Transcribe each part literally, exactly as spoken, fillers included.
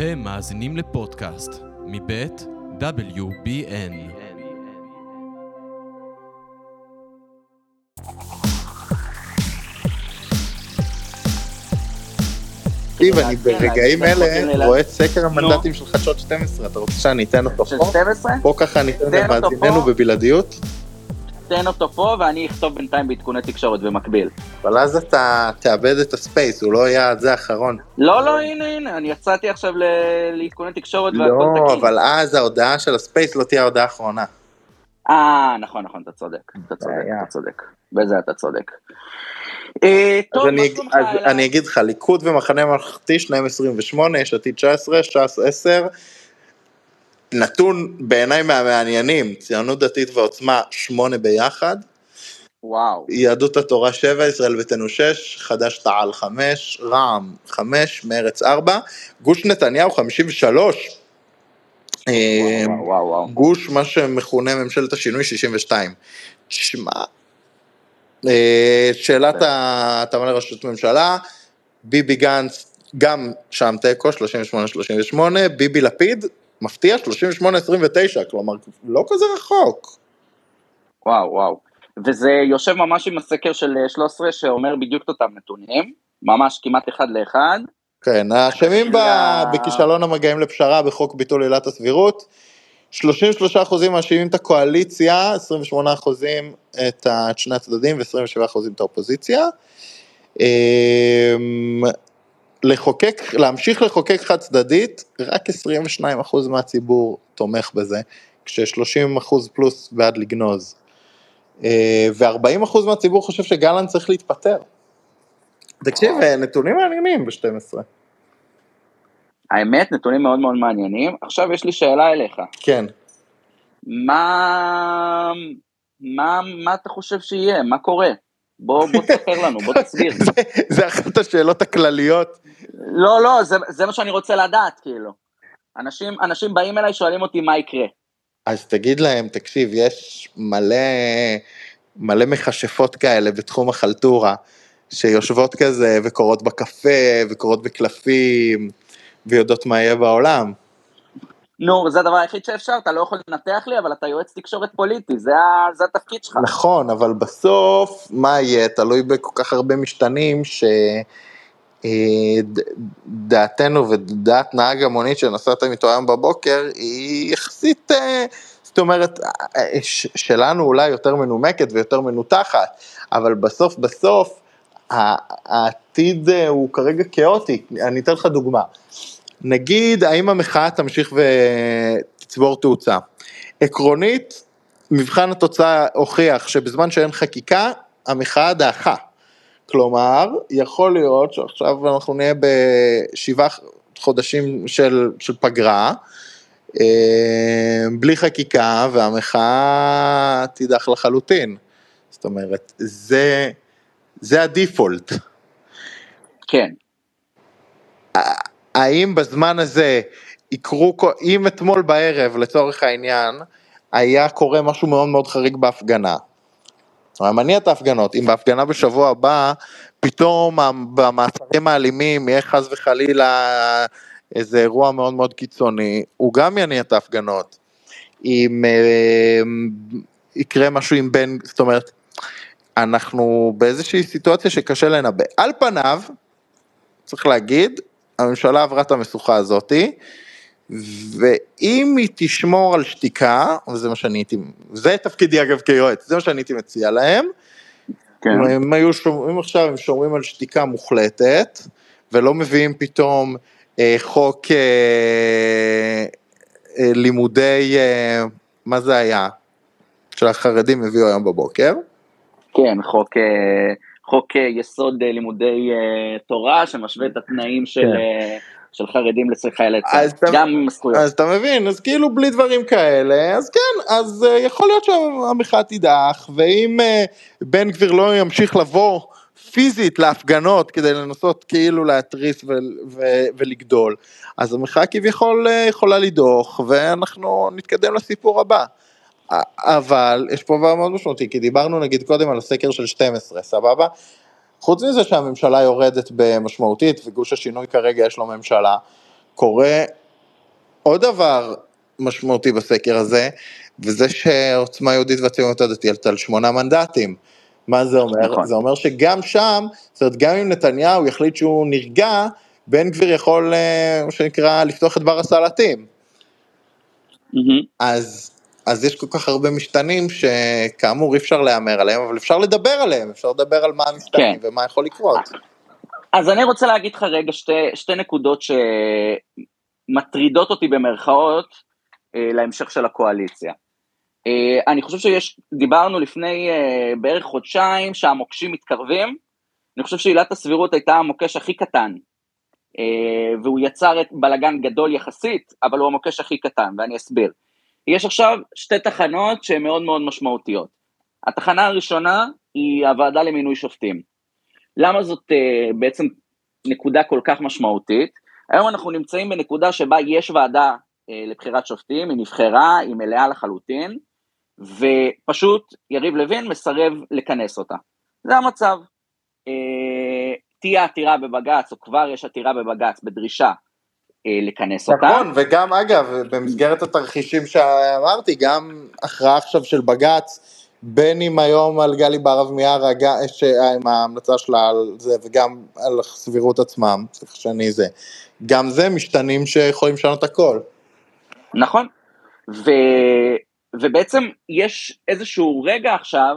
אתם מאזינים לפודקאסט מבית דאבליו בי אן. אני ברגעים אלה רואה את סקר המנדטים של חדשות שתים עשרה, אתה רוצה שאני אתן אותו פה? פה ככה ניתן למאזיננו בבלעדיות? תן אותו פה ואני אכתוב בינתיים בעדכוני תקשורת במקביל. אבל אז אתה תאבד את הספייס, הוא לא יהיה עד זה האחרון. לא, לא, הנה, הנה, אני יצאתי עכשיו לעדכוני תקשורת והכל תקין. לא, אבל אז ההודעה של הספייס לא תהיה ההודעה האחרונה. אה, נכון, נכון, אתה צודק, אתה צודק, אתה צודק. בזה אתה צודק. אז אני אגיד לך, ליכוד ומחנה ממלכתי, שניהם עשרים ושמונה, יש עתיד תשע עשרה, ש"ס עשר, נתון בעיניי מהמעניינים, ציונות דתית ועוצמה שמונה ביחד, וואו. יהדות התורה שבע, ישראל ביתנו שש, חד"ש תע"ל חמש, רע"מ חמש, מרצ ארבע, גוש נתניהו חמישים ושלוש, וואו, וואו, וואו. גוש מה שמכונה ממשלת השינוי שישים ושתיים. תשמע, שאלת התאמה לראשות ממשלה, ביבי גנץ גם שם תיקו שלושים ושמונה שלושים ושמונה, ביבי לפיד מפתיע שלושים ושמונה עשרים ותשע, כלומר לא כזה רחוק. וואו וואו, וזה יושב ממש עם הסקר של שלוש עשרה שאומר בדיוק אותם נתונים, ממש כמעט אחד לאחד. כן, האשמים בכישלון המגעים לפשרה בחוק ביטול עילת הסבירות, שלושים ושלושה אחוזים מאשימים את הקואליציה, עשרים ושמונה אחוזים את שני הצדדים ו-עשרים ושבעה אחוזים את האופוזיציה. לחוקק, להמשיך לחוקק חד צדדית, רק עשרים ושניים אחוז מהציבור תומך בזה, כש-שלושים אחוז פלוס בעד לגנוז. ו-ארבעים אחוז מהציבור חושב שגלנט צריך להתפטר. תקשיב, נתונים מעניינים ב-שתים עשרה. האמת, נתונים מאוד מאוד מעניינים. עכשיו יש לי שאלה אליך. כן. מה, מה, מה אתה חושב שיהיה? מה קורה? בוא, בוא תספר לנו, בוא תסביר. זה, זה אחת השאלות הכלליות. לא, לא, זה, זה מה שאני רוצה לדעת, כאילו. אנשים, אנשים באים אליי, שואלים אותי מה יקרה. אז תגיד להם, תקשיב, יש מלא, מלא מכשפות כאלה בתחום החלטורה, שיושבות כזה וקורות בקפה, וקורות בקלפים, ויודעות מה יהיה בעולם. נו, זה הדבר היחיד שאפשר, אתה לא יכול לנתח לי, אבל אתה יועץ תקשורת פוליטי, זה, זה התפקיד שלך. נכון, אבל בסוף, מה יהיה? תלוי בכל כך הרבה משתנים, שדעתנו ודעת נהג המונית שנסעתם איתו היום בבוקר, היא יחסית, זאת אומרת, שלנו אולי יותר מנומקת ויותר מנותחת, אבל בסוף, בסוף, העתיד הוא כרגע כאוטי. אני אתן לך דוגמה. נגיד, האם המחאה תמשיך ותצבור תאוצה? עקרונית, מבחן התוצאה הוכיח שבזמן שאין חקיקה, המחאה דעכה. כלומר, יכול להיות שעכשיו אנחנו נהיה בשבעה חודשים של, של פגרה, בלי חקיקה, והמחאה תידח לחלוטין. זאת אומרת, זה, זה הדיפולט. כן. האם בזמן הזה יקרו, אם אתמול בערב לצורך העניין, היה קורה משהו מאוד מאוד חריג בהפגנה, מניע את ההפגנות, אם בהפגנה בשבוע הבא, פתאום במעצרים האלימים, יהיה חס וחלילה איזה אירוע מאוד מאוד קיצוני, הוא גם יניע את ההפגנות, אם יקרה משהו עם בן, זאת אומרת, אנחנו באיזושהי סיטואציה שקשה לנבא. על פניו, צריך להגיד, הממשלה עברה את המשוכה הזאת, ואם היא תשמור על שתיקה, וזה מה שאני הייתי, זה תפקידי אגב כיועץ, זה מה שאני הייתי מציע להם, כן. אם היו שומרים עכשיו, הם שומרים על שתיקה מוחלטת, ולא מביאים פתאום אה, חוק אה, אה, לימודי, אה, מה זה היה, שהחרדים הביאו היום בבוקר. כן, חוק... אה... חוק יסוד לימודי תורה, שמשווה את התנאים של, של חרדים לחיילי צה"ל, גם עם הזכויות. אז אתה מבין, אז כאילו בלי דברים כאלה, אז כן, אז יכול להיות שהמחאה תידח, ואם בן גביר לא ימשיך לבוא פיזית להפגנות, כדי לנסות כאילו להתריס ולגדול, אז המחאה כביכול יכולה לדוח, ואנחנו נתקדם לסיפור הבא. אבל יש פה דבר מאוד משמעותי, כי דיברנו נגיד קודם על הסקר של שתים עשרה, סבבה? חוץ מזה שהממשלה יורדת במשמעותית, וגוש השינוי כרגע יש לו ממשלה, קורה עוד דבר משמעותי בסקר הזה, וזה שעוצמה יהודית והציונות הדתית עלתה על שמונה מנדטים. מה זה אומר? נכון. זה אומר שגם שם, זאת אומרת, גם אם נתניהו יחליט שהוא נרגע, בן גביר יכול, מה שנקרא, לפתוח את בר הסלטים. Mm-hmm. אז, אז יש כל כך הרבה משתנים שכאמור אי אפשר לאמר עליהם, אבל אפשר לדבר עליהם, אפשר לדבר על מה המשתנים כן. ומה יכול לקרות. אז אני רוצה להגיד לך רגע שתי, שתי נקודות שמטרידות אותי במרכאות אה, להמשך של הקואליציה. אה, אני חושב שיש, דיברנו לפני אה, בערך חודשיים שהמוקשים מתקרבים, אני חושב שעילת הסבירות הייתה המוקש הכי קטן, אה, והוא יצר את בלגן גדול יחסית, אבל הוא המוקש הכי קטן, ואני אסביר. יש עכשיו שתי תחנות שהן מאוד מאוד משמעותיות. התחנה הראשונה היא הוועדה למינוי שופטים. למה זאת uh, בעצם נקודה כל כך משמעותית? היום אנחנו נמצאים בנקודה שבה יש ועדה uh, לבחירת שופטים, היא נבחרה, היא מלאה לחלוטין, ופשוט יריב לוין מסרב לכנס אותה. זה המצב. Uh, תהיה עתירה בבגץ, או כבר יש עתירה בבגץ בדרישה uh, לכנס אותה. נכון, וגם אגב, במסגרת התרחישים שאמרתי, גם הכרעה עכשיו של בגץ, בין אם היום על גלי בהרב מיארה, עם ההמלצה שלה על זה, וגם על הסבירות עצמם, צריך שאני זה, גם זה משתנים שיכולים לשנות הכל. נכון, ו, ובעצם יש איזשהו רגע עכשיו,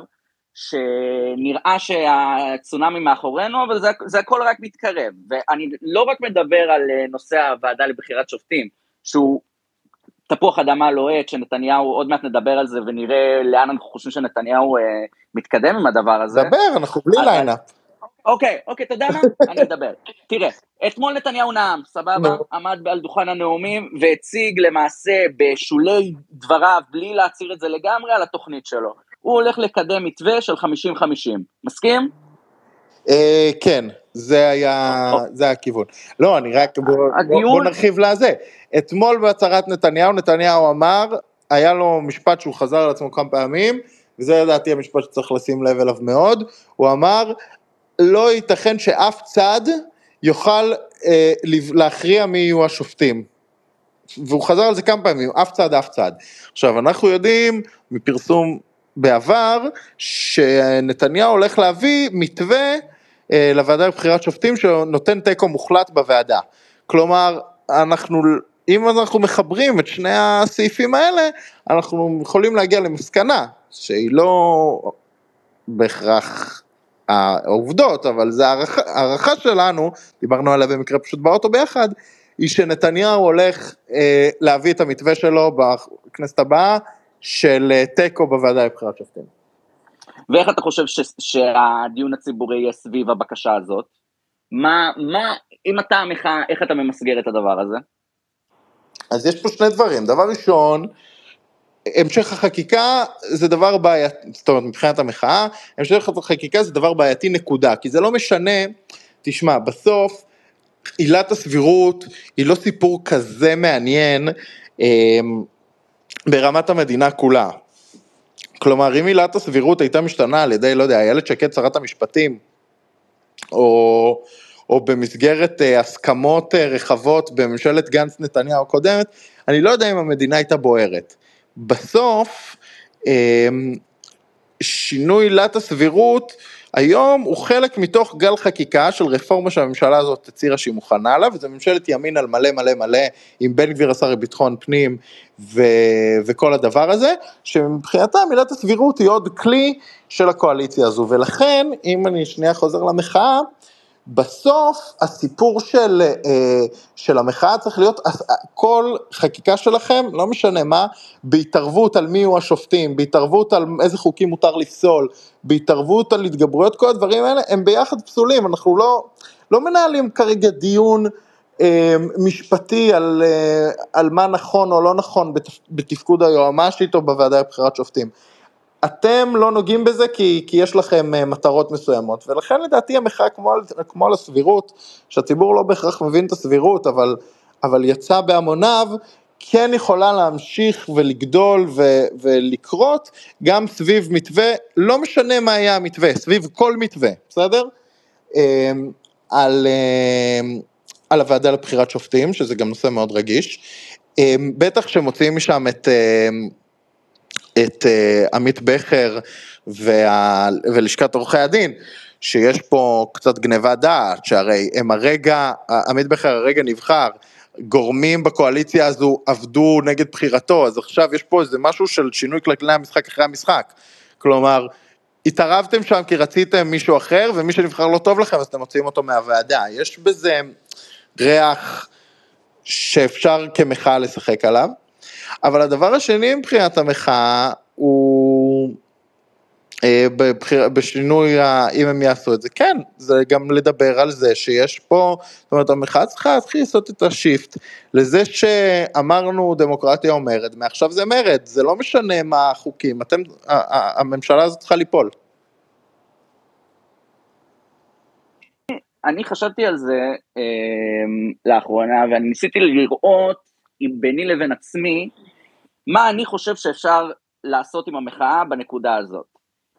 שנראה שהצונאמי מאחורינו, אבל זה, זה הכל רק מתקרב, ואני לא רק מדבר על נושא הוועדה לבחירת שופטים, שהוא תפוח אדמה לוהט, שנתניהו, עוד מעט נדבר על זה, ונראה לאן אנחנו חושבים שנתניהו אה, מתקדם עם הדבר הזה. דבר, אנחנו בלי אבל... ליינאפ. אוקיי, אוקיי, אתה יודע מה? אני מדבר. תראה, אתמול נתניהו נאם, סבבה, עמד על דוכן הנאומים, והציג למעשה בשולי דבריו, בלי להציר את זה לגמרי, על התוכנית שלו. הוא הולך לקדם מתווה של חמישים חמישים. מסכים? אה, כן, זה היה, זה היה הכיוון. לא, אני רק, בוא, הדיון... בוא נרחיב לזה. אתמול בהצהרת נתניהו, נתניהו אמר, היה לו משפט שהוא חזר על עצמו כמה פעמים, וזה לדעתי המשפט שצריך לשים לב אליו מאוד, הוא אמר, לא ייתכן שאף צד יוכל אה, להכריע מי יהיו השופטים. והוא חזר על זה כמה פעמים, אף צד, אף צד. עכשיו, אנחנו יודעים מפרסום בעבר, שנתניהו הולך להביא מתווה אה, לוועדה לבחירת שופטים, שנותן טקו מוחלט בוועדה. כלומר, אנחנו, אם אנחנו מחברים את שני הסעיפים האלה, אנחנו יכולים להגיע למסקנה, שהיא לא בהכרח העובדות, אבל זה הערכה, הערכה שלנו, דיברנו עליה במקרה פשוט באוטו ביחד, היא שנתניהו הולך אה, להביא את המתווה שלו בכנסת הבאה, של טקו בוועדה לבחירת שופטים. ואיך אתה חושב ש, שהדיון הציבורי יהיה סביב הבקשה הזאת? מה, מה, אם אתה המחאה, איך אתה ממסגר את הדבר הזה? אז יש פה שני דברים. דבר ראשון, המשך החקיקה זה דבר בעייתי, זאת אומרת, מבחינת המחאה, המשך החקיקה זה דבר בעייתי נקודה, כי זה לא משנה, תשמע, בסוף, עילת הסבירות היא לא סיפור כזה מעניין, ברמת המדינה כולה. כלומר, אם עילת הסבירות הייתה משתנה על ידי, לא יודע, איילת שקד שרת המשפטים, או, או במסגרת הסכמות רחבות בממשלת גנץ נתניהו הקודמת, אני לא יודע אם המדינה הייתה בוערת. בסוף, שינוי עילת הסבירות, היום הוא חלק מתוך גל חקיקה של רפורמה שהממשלה הזאת הצירה שהיא מוכנה לה, וזה ממשלת ימין על מלא מלא מלא, עם בן גביר השר לביטחון פנים, ו... וכל הדבר הזה, שמבחינתה עילת הסבירות היא עוד כלי של הקואליציה הזו, ולכן, אם אני שנייה חוזר למחאה, בסוף הסיפור של, של המחאה צריך להיות, כל חקיקה שלכם, לא משנה מה, בהתערבות על מי הוא השופטים, בהתערבות על איזה חוקים מותר לפסול, בהתערבות על התגברויות, כל הדברים האלה, הם ביחד פסולים, אנחנו לא, לא מנהלים כרגע דיון משפטי על, על מה נכון או לא נכון בתפקוד היועמ"שית או בוועדה לבחירת שופטים. אתם לא נוגעים בזה כי, כי יש לכם מטרות מסוימות, ולכן לדעתי המחאה כמו, כמו על הסבירות, שהציבור לא בהכרח מבין את הסבירות, אבל, אבל יצא בהמוניו, כן יכולה להמשיך ולגדול ו, ולקרות, גם סביב מתווה, לא משנה מה היה המתווה, סביב כל מתווה, בסדר? על, על הוועדה לבחירת שופטים, שזה גם נושא מאוד רגיש, בטח שמוציאים משם את, את עמית בכר וה, ולשכת עורכי הדין, שיש פה קצת גניבה דעת, שהרי הם הרגע, עמית בכר הרגע נבחר, גורמים בקואליציה הזו עבדו נגד בחירתו, אז עכשיו יש פה איזה משהו של שינוי כללי המשחק אחרי המשחק, כלומר, התערבתם שם כי רציתם מישהו אחר, ומי שנבחר לא טוב לכם, אז אתם מוציאים אותו מהוועדה, יש בזה ריח שאפשר כמחאה לשחק עליו, אבל הדבר השני מבחינת המחאה, הוא בבחיר, בשינוי, אם הם יעשו את זה, כן, זה גם לדבר על זה שיש פה, זאת אומרת, המחאה צריכה להתחיל לעשות את השיפט, לזה שאמרנו דמוקרטיה אומרת, מעכשיו זה מרד, זה לא משנה מה החוקים, אתם, הממשלה הזאת צריכה ליפול. אני חשבתי על זה אה, לאחרונה, ואני ניסיתי לראות עם ביני לבין עצמי, מה אני חושב שאפשר לעשות עם המחאה בנקודה הזאת.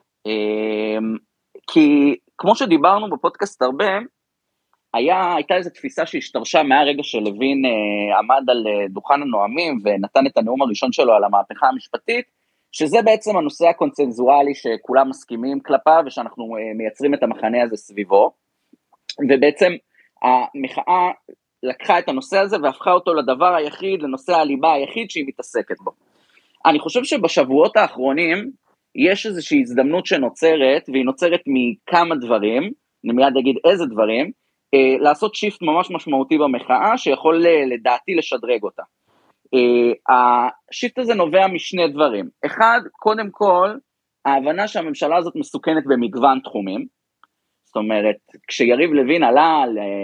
כי כמו שדיברנו בפודקאסט הרבה, היה, הייתה איזו תפיסה שהשתרשה מהרגע שלוין אה, עמד על דוכן הנואמים ונתן את הנאום הראשון שלו על המהפכה המשפטית, שזה בעצם הנושא הקונצנזואלי שכולם מסכימים כלפיו ושאנחנו אה, מייצרים את המחנה הזה סביבו, ובעצם המחאה לקחה את הנושא הזה והפכה אותו לדבר היחיד, לנושא הליבה היחיד שהיא מתעסקת בו. אני חושב שבשבועות האחרונים יש איזושהי הזדמנות שנוצרת, והיא נוצרת מכמה דברים, אני מיד אגיד איזה דברים, אה, לעשות שיפט ממש משמעותי במחאה, שיכול לדעתי לשדרג אותה. אה, השיפט הזה נובע משני דברים. אחד, קודם כל, ההבנה שהממשלה הזאת מסוכנת במגוון תחומים, זאת אומרת, כשיריב לוין עלה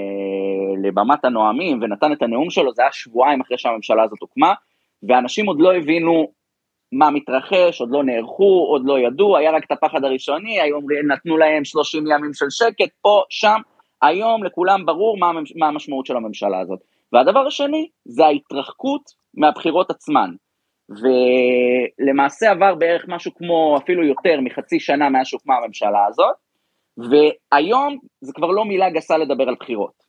לבמת הנואמים, ונתן את הנאום שלו, זה היה שבועיים אחרי שהממשלה הזאת הוקמה, ואנשים עוד לא הבינו מה מתרחש, עוד לא נערכו, עוד לא ידעו, היה רק את הפחד הראשוני, היום נתנו להם שלושים ימים של שקט, פה, שם, היום לכולם ברור מה, מה המשמעות של הממשלה הזאת. והדבר השני, זה ההתרחקות מהבחירות עצמן, ולמעשה עבר בערך משהו כמו, אפילו יותר מחצי שנה מאז שהוקמה הממשלה הזאת, והיום זה כבר לא מילה גסה לדבר על בחירות.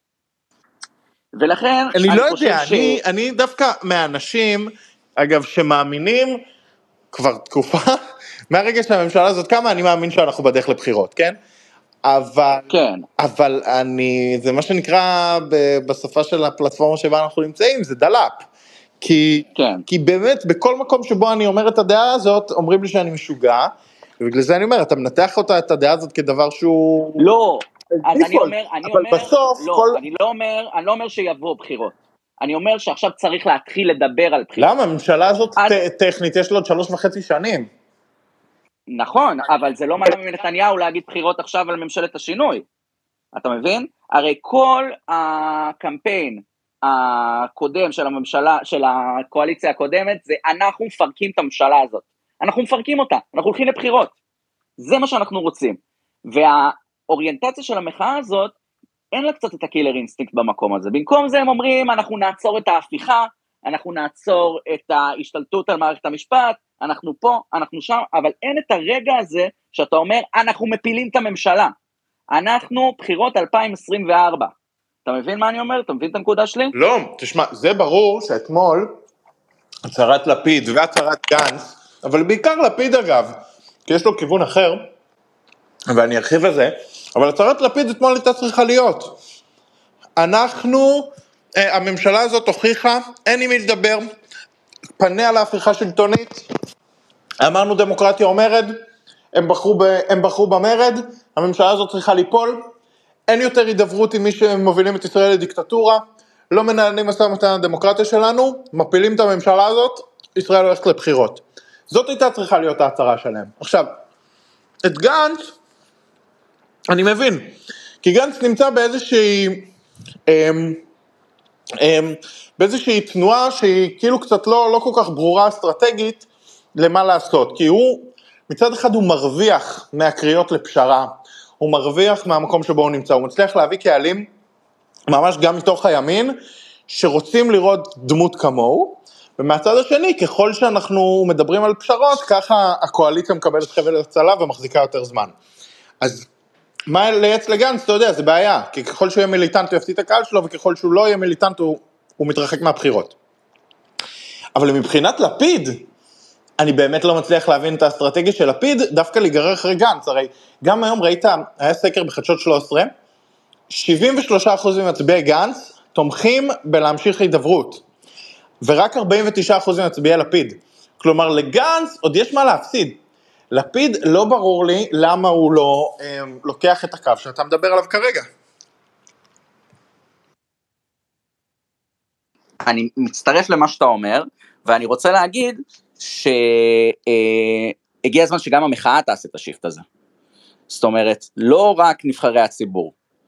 ולכן, אני, אני לא יודע, ש... אני, אני דווקא מהאנשים, אגב, שמאמינים, כבר תקופה, מהרגע שהממשלה הזאת קמה, אני מאמין שאנחנו בדרך לבחירות, כן? אבל, כן. אבל אני, זה מה שנקרא בשפה של הפלטפורמה שבה אנחנו נמצאים, זה דלאפ. כי, כן. כי באמת, בכל מקום שבו אני אומר את הדעה הזאת, אומרים לי שאני משוגע, ובגלל זה אני אומר, אתה מנתח אותה, את הדעה הזאת כדבר שהוא... לא, אז אני אומר, אני אבל אומר, בסוף, לא, כל... אני לא אומר, אני לא אומר שיבוא בחירות. אני אומר שעכשיו צריך להתחיל לדבר על בחירות. למה? הממשלה הזאת אז... טכנית, יש לו עוד שלוש וחצי שנים. נכון, אבל זה לא מנע מנתניהו להגיד בחירות עכשיו על ממשלת השינוי. אתה מבין? הרי כל הקמפיין הקודם של הממשלה, של הקואליציה הקודמת, זה אנחנו מפרקים את הממשלה הזאת. אנחנו מפרקים אותה, אנחנו הולכים לבחירות. זה מה שאנחנו רוצים. והאוריינטציה של המחאה הזאת, אין לה קצת את הקילר אינסטינקט במקום הזה. במקום זה הם אומרים, אנחנו נעצור את ההפיכה, אנחנו נעצור את ההשתלטות על מערכת המשפט, אנחנו פה, אנחנו שם, אבל אין את הרגע הזה שאתה אומר, אנחנו מפילים את הממשלה. אנחנו בחירות אלפיים עשרים וארבע. אתה מבין מה אני אומר? אתה מבין את הנקודה שלי? לא, תשמע, זה ברור שאתמול, הצהרת לפיד והצהרת גנץ, אבל בעיקר לפיד אגב, כי יש לו כיוון אחר, ואני ארחיב על זה, אבל הצהרת לפיד אתמול הייתה צריכה להיות. אנחנו, הממשלה הזאת הוכיחה, אין עם מי לדבר, פניה להפיכה שלטונית, אמרנו דמוקרטיה אומרת, הם בחרו, ב, הם בחרו במרד, הממשלה הזאת צריכה ליפול, אין יותר הידברות עם מי שמובילים את ישראל לדיקטטורה, לא מנהלים משא ומתן הדמוקרטיה שלנו, מפילים את הממשלה הזאת, ישראל הולכת לבחירות. זאת הייתה צריכה להיות ההצהרה שלהם. עכשיו, את גנץ, אני מבין, כי גנץ נמצא באיזושהי, אמ, אמ, באיזושהי תנועה שהיא כאילו קצת לא, לא כל כך ברורה אסטרטגית למה לעשות, כי הוא, מצד אחד הוא מרוויח מהקריאות לפשרה, הוא מרוויח מהמקום שבו הוא נמצא, הוא מצליח להביא קהלים, ממש גם מתוך הימין, שרוצים לראות דמות כמוהו, ומהצד השני, ככל שאנחנו מדברים על פשרות, ככה הקואליציה מקבלת חבל הצלה ומחזיקה יותר זמן. אז מה לייעץ לגנץ, אתה יודע, זה בעיה, כי ככל שהוא יהיה מיליטנט הוא יפתיע את הקהל שלו, וככל שהוא לא יהיה מיליטנט הוא, הוא מתרחק מהבחירות. אבל מבחינת לפיד, אני באמת לא מצליח להבין את האסטרטגיה של לפיד, דווקא להיגרר אחרי גנץ, הרי גם היום ראית, היה סקר בחדשות שלוש עשרה, שבעים ושלושה אחוז ממצביעי גנץ תומכים בלהמשיך הידברות, ורק ארבעים ותשעה אחוז ממצביעי לפיד, כלומר לגנץ עוד יש מה להפסיד, לפיד לא ברור לי למה הוא לא אה, לוקח את הקו שאתה מדבר עליו כרגע. אני מצטרף למה שאתה אומר, ואני רוצה להגיד שהגיע הזמן שגם המחאה תעשה את השיפט הזה. זאת אומרת, לא רק נבחרי הציבור.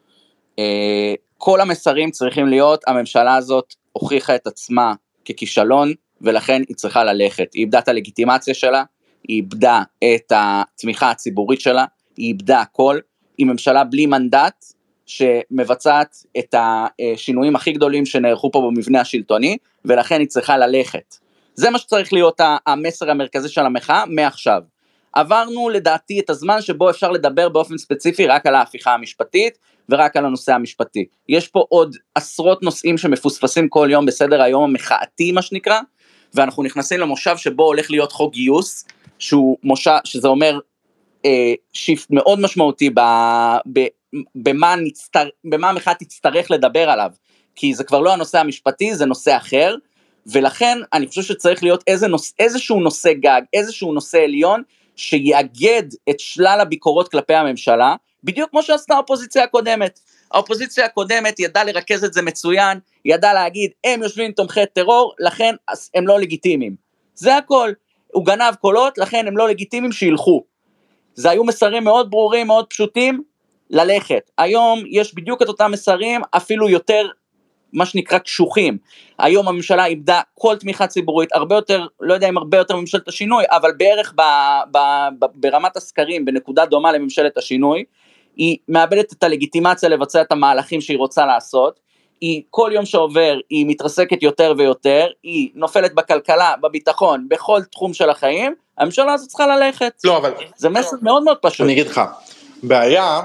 כל המסרים צריכים להיות, הממשלה הזאת הוכיחה את עצמה ככישלון, ולכן היא צריכה ללכת. היא איבדה את הלגיטימציה שלה, היא איבדה את התמיכה הציבורית שלה, היא איבדה הכל, היא ממשלה בלי מנדט, שמבצעת את השינויים הכי גדולים שנערכו פה במבנה השלטוני, ולכן היא צריכה ללכת. זה מה שצריך להיות המסר המרכזי של המחאה מעכשיו. עברנו לדעתי את הזמן שבו אפשר לדבר באופן ספציפי רק על ההפיכה המשפטית, ורק על הנושא המשפטי. יש פה עוד עשרות נושאים שמפוספסים כל יום בסדר היום המחאתי מה שנקרא, ואנחנו נכנסים למושב שבו הולך להיות חוק גיוס, שהוא מושב, שזה אומר אה, שיפט מאוד משמעותי ב, ב, במה, נצטר, במה המחאה תצטרך לדבר עליו, כי זה כבר לא הנושא המשפטי, זה נושא אחר, ולכן אני חושב שצריך להיות איזה נוש, איזשהו נושא גג, איזשהו נושא עליון, שיאגד את שלל הביקורות כלפי הממשלה, בדיוק כמו שעשתה האופוזיציה הקודמת. האופוזיציה הקודמת ידעה לרכז את זה מצוין, ידעה להגיד, הם יושבים תומכי טרור, לכן הם לא לגיטימיים. זה הכל. הוא גנב קולות, לכן הם לא לגיטימיים שילכו. זה היו מסרים מאוד ברורים, מאוד פשוטים, ללכת. היום יש בדיוק את אותם מסרים, אפילו יותר, מה שנקרא קשוחים. היום הממשלה איבדה כל תמיכה ציבורית, הרבה יותר, לא יודע אם הרבה יותר ממשלת השינוי, אבל בערך ב, ב, ב, ברמת הסקרים, בנקודה דומה לממשלת השינוי, היא מאבדת את הלגיטימציה לבצע את המהלכים שהיא רוצה לעשות, היא כל יום שעובר היא מתרסקת יותר ויותר, היא נופלת בכלכלה, בביטחון, בכל תחום של החיים, הממשלה הזאת צריכה ללכת. לא, אבל... זה מסר מאוד מאוד פשוט. אני אגיד לך, בעיה,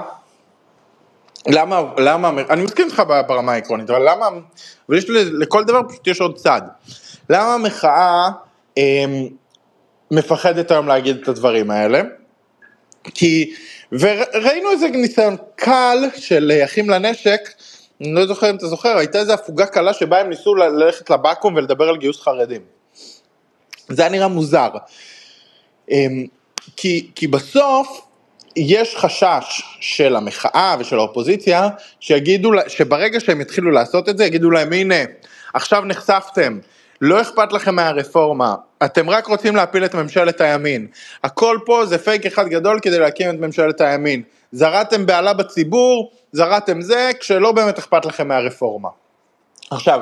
למה, למה, אני מסכים לך ברמה העקרונית, אבל למה, ויש לכל דבר פשוט יש עוד צד, למה המחאה אה, מפחדת היום להגיד את הדברים האלה? כי, וראינו איזה ניסיון קל של אחים לנשק, אני לא זוכר אם אתה זוכר, הייתה איזו הפוגה קלה שבה הם ניסו ללכת לבקום ולדבר על גיוס חרדים. זה היה נראה מוזר. כי, כי בסוף יש חשש של המחאה ושל האופוזיציה, שיגידו, שברגע שהם יתחילו לעשות את זה, יגידו להם, הנה, עכשיו נחשפתם, לא אכפת לכם מהרפורמה, אתם רק רוצים להפיל את ממשלת הימין, הכל פה זה פייק אחד גדול כדי להקים את ממשלת הימין, זרעתם בעלה בציבור, זרעתם זה, כשלא באמת אכפת לכם מהרפורמה. עכשיו,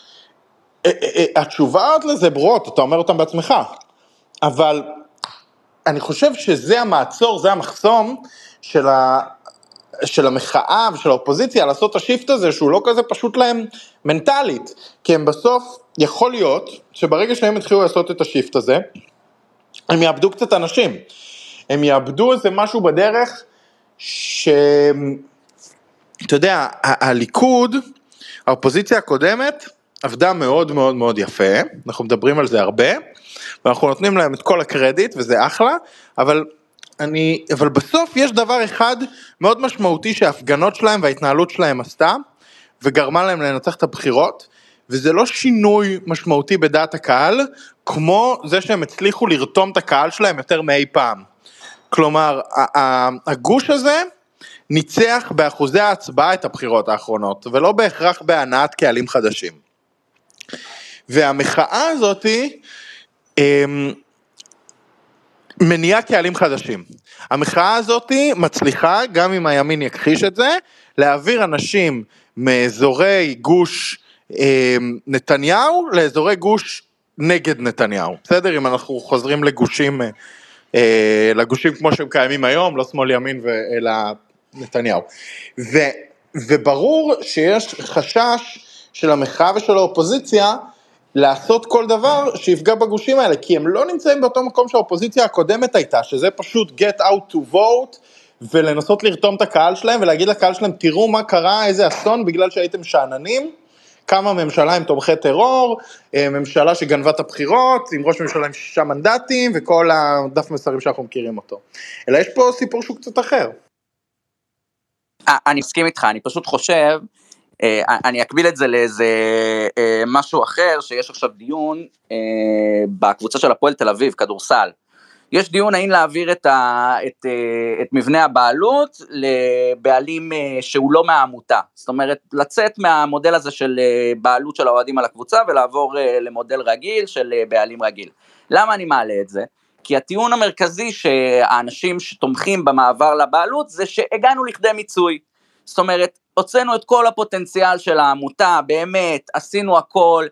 התשובות לזה ברורות, אתה אומר אותם בעצמך, אבל אני חושב שזה המעצור, זה המחסום של, ה, של המחאה ושל האופוזיציה, לעשות את השיפט הזה, שהוא לא כזה פשוט להם מנטלית, כי הם בסוף, יכול להיות, שברגע שהם התחילו לעשות את השיפט הזה, הם יאבדו קצת אנשים, הם יאבדו איזה משהו בדרך, ש... אתה יודע, הליכוד, האופוזיציה הקודמת, עבדה מאוד מאוד מאוד יפה, אנחנו מדברים על זה הרבה, ואנחנו נותנים להם את כל הקרדיט, וזה אחלה, אבל, אני, אבל בסוף יש דבר אחד מאוד משמעותי שההפגנות שלהם וההתנהלות שלהם עשתה, וגרמה להם לנצח את הבחירות, וזה לא שינוי משמעותי בדעת הקהל, כמו זה שהם הצליחו לרתום את הקהל שלהם יותר מאי פעם. כלומר, הגוש הזה ניצח באחוזי ההצבעה את הבחירות האחרונות, ולא בהכרח בהנעת קהלים חדשים. והמחאה הזאת מניעה קהלים חדשים. המחאה הזאת מצליחה, גם אם הימין יכחיש את זה, להעביר אנשים מאזורי גוש נתניהו לאזורי גוש נגד נתניהו. בסדר? אם אנחנו חוזרים לגושים, לגושים כמו שהם קיימים היום, לא שמאל ימין אלא נתניהו. ו, וברור שיש חשש של המחאה ושל האופוזיציה, לעשות כל דבר שיפגע בגושים האלה, כי הם לא נמצאים באותו מקום שהאופוזיציה הקודמת הייתה, שזה פשוט get out to vote, ולנסות לרתום את הקהל שלהם, ולהגיד לקהל שלהם, תראו מה קרה, איזה אסון, בגלל שהייתם שעננים, כמה ממשלה עם תומכי טרור, ממשלה שגנבה את הבחירות, עם ראש ממשלה עם שישה מנדטים, וכל הדף מסרים שאנחנו מכירים אותו. אלא יש פה סיפור שהוא קצת אחר. אני מסכים איתך, אני פשוט חושב, אני אקביל את זה לאיזה משהו אחר, שיש עכשיו דיון בקבוצה של הפועל תל אביב, כדורסל. יש דיון האם להעביר את, ה, את, את מבנה הבעלות לבעלים שהוא לא מהעמותה, זאת אומרת לצאת מהמודל הזה של בעלות של האוהדים על הקבוצה ולעבור למודל רגיל של בעלים רגיל. למה אני מעלה את זה? כי הטיעון המרכזי שהאנשים שתומכים במעבר לבעלות זה שהגענו לכדי מיצוי, זאת אומרת הוצאנו את כל הפוטנציאל של העמותה, באמת עשינו הכל,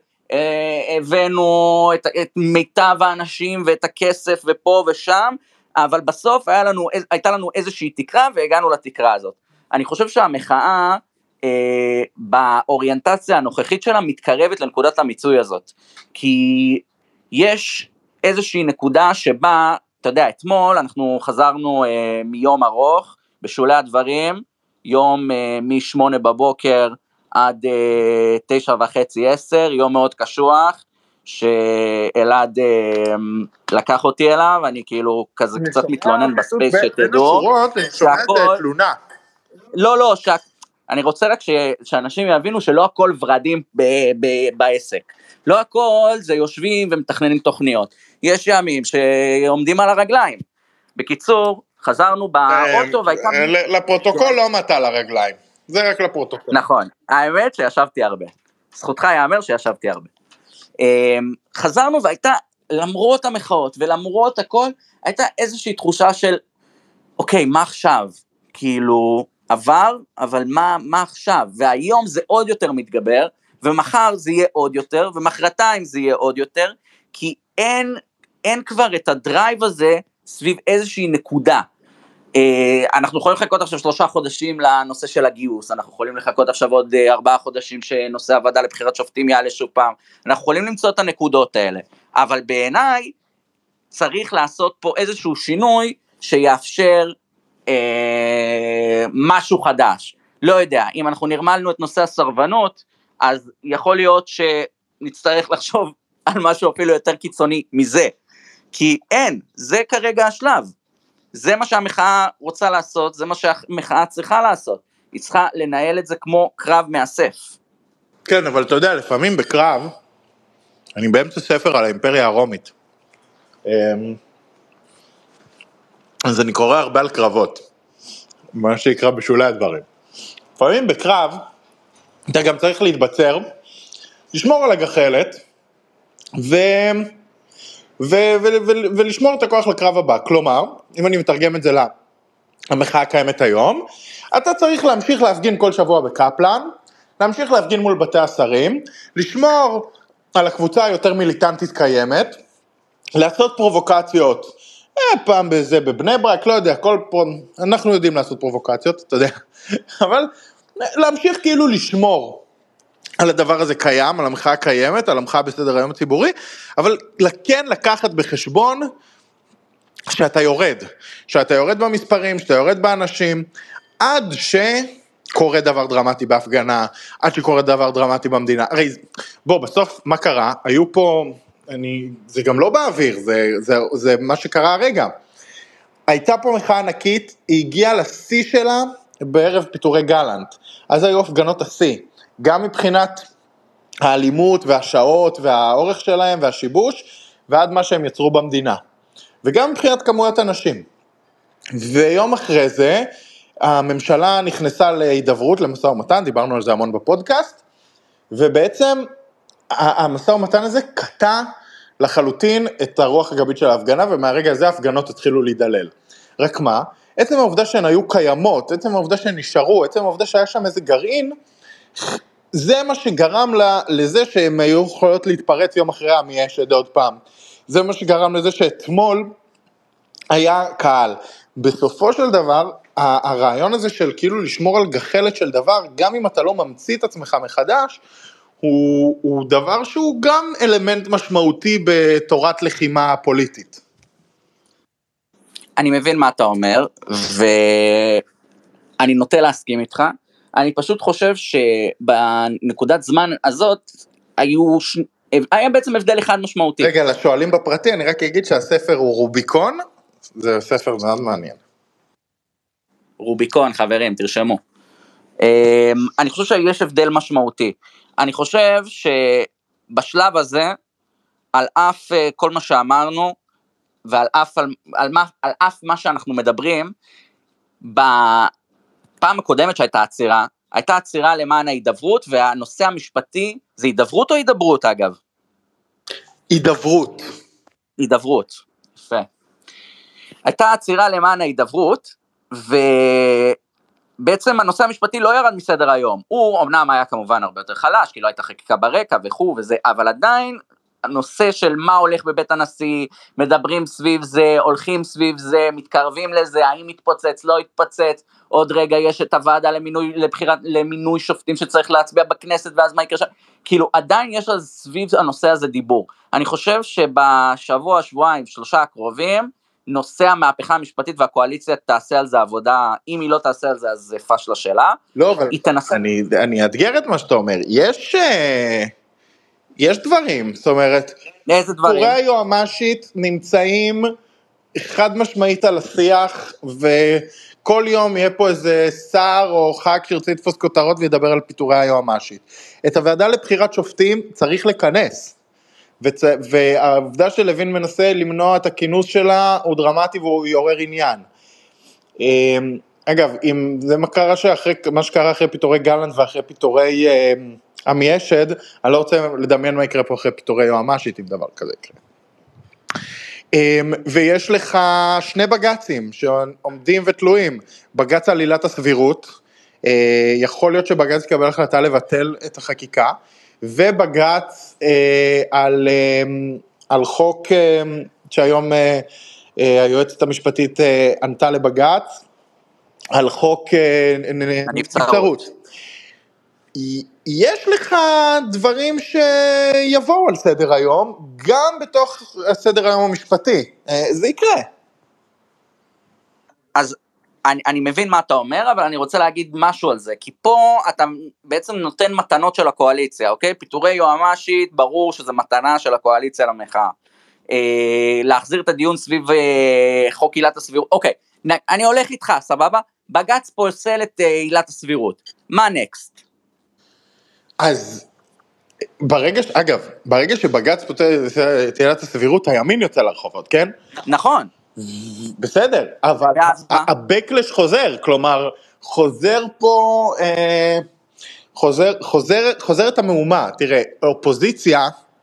הבאנו את, את מיטב האנשים ואת הכסף ופה ושם, אבל בסוף היה לנו, הייתה לנו איזושהי תקרה והגענו לתקרה הזאת. אני חושב שהמחאה אה, באוריינטציה הנוכחית שלה מתקרבת לנקודת המיצוי הזאת, כי יש איזושהי נקודה שבה, אתה יודע, אתמול אנחנו חזרנו אה, מיום ארוך, בשולי הדברים, יום אה, משמונה בבוקר, עד uh, תשע וחצי עשר, יום מאוד קשוח, שאלעד uh, לקח אותי אליו, אני כאילו כזה קצת מתלונן בספייס שתדעו. בין השורות, אני שומע את תלונה. לא, לא, ש... אני רוצה רק ש... שאנשים יבינו שלא הכל ורדים ב... ב... בעסק. לא הכל זה יושבים ומתכננים תוכניות. יש ימים שעומדים על הרגליים. בקיצור, חזרנו באוטו והייתה... לפרוטוקול לא מטה על הרגליים. זה רק לפרוטוקול. נכון, האמת שישבתי הרבה, זכותך יאמר שישבתי הרבה. חזרנו והייתה, למרות המחאות ולמרות הכל, הייתה איזושהי תחושה של, אוקיי, מה עכשיו? כאילו, עבר, אבל מה, מה עכשיו? והיום זה עוד יותר מתגבר, ומחר זה יהיה עוד יותר, ומחרתיים זה יהיה עוד יותר, כי אין, אין כבר את הדרייב הזה סביב איזושהי נקודה. אנחנו יכולים לחכות עכשיו שלושה חודשים לנושא של הגיוס, אנחנו יכולים לחכות עכשיו עוד ארבעה חודשים שנושא הוועדה לבחירת שופטים יעלה שוב פעם, אנחנו יכולים למצוא את הנקודות האלה, אבל בעיניי צריך לעשות פה איזשהו שינוי שיאפשר אה, משהו חדש. לא יודע, אם אנחנו נרמלנו את נושא הסרבנות, אז יכול להיות שנצטרך לחשוב על משהו אפילו יותר קיצוני מזה, כי אין, זה כרגע השלב. זה מה שהמחאה רוצה לעשות, זה מה שהמחאה צריכה לעשות, היא צריכה לנהל את זה כמו קרב מאסף. כן, אבל אתה יודע, לפעמים בקרב, אני באמצע ספר על האימפריה הרומית, אז אני קורא הרבה על קרבות, מה שיקרא בשולי הדברים. לפעמים בקרב, אתה גם צריך להתבצר, לשמור על הגחלת, ו... ו- ו- ו- ולשמור את הכוח לקרב הבא, כלומר, אם אני מתרגם את זה למחאה הקיימת היום, אתה צריך להמשיך להפגין כל שבוע בקפלן, להמשיך להפגין מול בתי השרים, לשמור על הקבוצה היותר מיליטנטית קיימת, לעשות פרובוקציות, אה, פעם בזה בבני ברק, לא יודע, כל פה, אנחנו יודעים לעשות פרובוקציות, אתה יודע, אבל להמשיך כאילו לשמור, על הדבר הזה קיים, על המחאה קיימת, על המחאה בסדר היום הציבורי, אבל כן לקחת בחשבון שאתה יורד, שאתה יורד במספרים, שאתה יורד באנשים, עד שקורה דבר דרמטי בהפגנה, עד שקורה דבר דרמטי במדינה. הרי בוא, בסוף מה קרה? היו פה, אני, זה גם לא באוויר, זה, זה, זה מה שקרה הרגע. הייתה פה מחאה ענקית, היא הגיעה לשיא שלה בערב פיטורי גלנט, אז היו הפגנות השיא. גם מבחינת האלימות והשעות והאורך שלהם והשיבוש, ועד מה שהם יצרו במדינה. וגם מבחינת כמויות אנשים. ויום אחרי זה, הממשלה נכנסה להידברות, למשא ומתן, דיברנו על זה המון בפודקאסט, ובעצם המשא ומתן הזה קטע לחלוטין את הרוח הגבית של ההפגנה, ומהרגע הזה ההפגנות התחילו להידלל. רק מה? עצם העובדה שהן היו קיימות, עצם העובדה שהן נשארו, עצם העובדה שהיה שם איזה גרעין, זה מה שגרם לזה שהם היו יכולות להתפרץ יום אחרי המייש עוד פעם. זה מה שגרם לזה שאתמול היה קהל. בסופו של דבר, הרעיון הזה של כאילו לשמור על גחלת של דבר, גם אם אתה לא ממציא את עצמך מחדש, הוא, הוא דבר שהוא גם אלמנט משמעותי בתורת לחימה פוליטית. אני מבין מה אתה אומר, ואני נוטה להסכים איתך, אני פשוט חושב שבנקודת זמן הזאת, היו ש... היה בעצם הבדל אחד משמעותי. רגע, לשואלים בפרטי, אני רק אגיד שהספר הוא רוביקון, זה ספר מאוד מעניין. רוביקון, חברים, תרשמו. אני חושב שיש הבדל משמעותי. אני חושב שבשלב הזה, על אף כל מה שאמרנו, ועל אף, על, על מה, על אף מה שאנחנו מדברים, בפעם הקודמת שהייתה עצירה, הייתה עצירה למען ההידברות, והנושא המשפטי, זה הידברות או הידברות אגב? הידברות. הידברות, יפה. הייתה עצירה למען ההידברות, ובעצם הנושא המשפטי לא ירד מסדר היום, הוא אמנם היה כמובן הרבה יותר חלש, כי לא הייתה חקיקה ברקע וכו' וזה, אבל עדיין, הנושא של מה הולך בבית הנשיא, מדברים סביב זה, הולכים סביב זה, מתקרבים לזה, האם מתפוצץ, לא יתפוצץ, עוד רגע יש את הוועדה למינוי, לבחירת, למינוי שופטים שצריך להצביע בכנסת, ואז מה יקרה שם, כאילו עדיין יש סביב הנושא הזה דיבור, אני חושב שבשבוע, שבועיים, שלושה הקרובים, נושא המהפכה המשפטית והקואליציה תעשה על זה עבודה, אם היא לא תעשה על זה, אז זה פשלה שלה. לא, אבל תנסה... אני, אני אתגר את מה שאתה אומר, יש... יש דברים, זאת אומרת, איזה דברים? פיטורי היועמ"שית נמצאים חד משמעית על השיח, וכל יום יהיה פה איזה שר או ח"כ שירצה לתפוס כותרות וידבר על פיטורי היועמ"שית. את הוועדה לבחירת שופטים צריך לכנס, וצ... והעובדה שלוין מנסה למנוע את הכינוס שלה הוא דרמטי והוא יעורר עניין. אגב, אם זה מה קרה שאחרי, מה שקרה אחרי פיטורי גלנט ואחרי פיטורי עמי אשד, אני לא רוצה לדמיין מה יקרה פה אחרי פיטורי יועמ"שית אם דבר כזה יקרה. ויש לך שני בגצים שעומדים ותלויים, בגץ על עילת הסבירות, יכול להיות שבגץ יקבל החלטה לבטל את החקיקה, ובגץ על, על חוק שהיום היועצת המשפטית ענתה לבגץ, על חוק נבצרות. יש לך דברים שיבואו על סדר היום, גם בתוך סדר היום המשפטי, זה יקרה. אז אני, אני מבין מה אתה אומר, אבל אני רוצה להגיד משהו על זה, כי פה אתה בעצם נותן מתנות של הקואליציה, אוקיי? פיטורי יועמ"שית, ברור שזה מתנה של הקואליציה למחאה. אה, להחזיר את הדיון סביב אה, חוק עילת הסבירות, אוקיי, אני הולך איתך, סבבה? בג"ץ פוסל את אה, עילת הסבירות, מה נקסט? אז ברגע, אגב, ברגע שבג"ץ פוסל את עילת הסבירות, הימין יוצא לרחובות, כן? נכון. בסדר, אבל הבקלש חוזר, כלומר, חוזר פה, אה, חוזר, חוזר, חוזר את המהומה, תראה, אופוזיציה,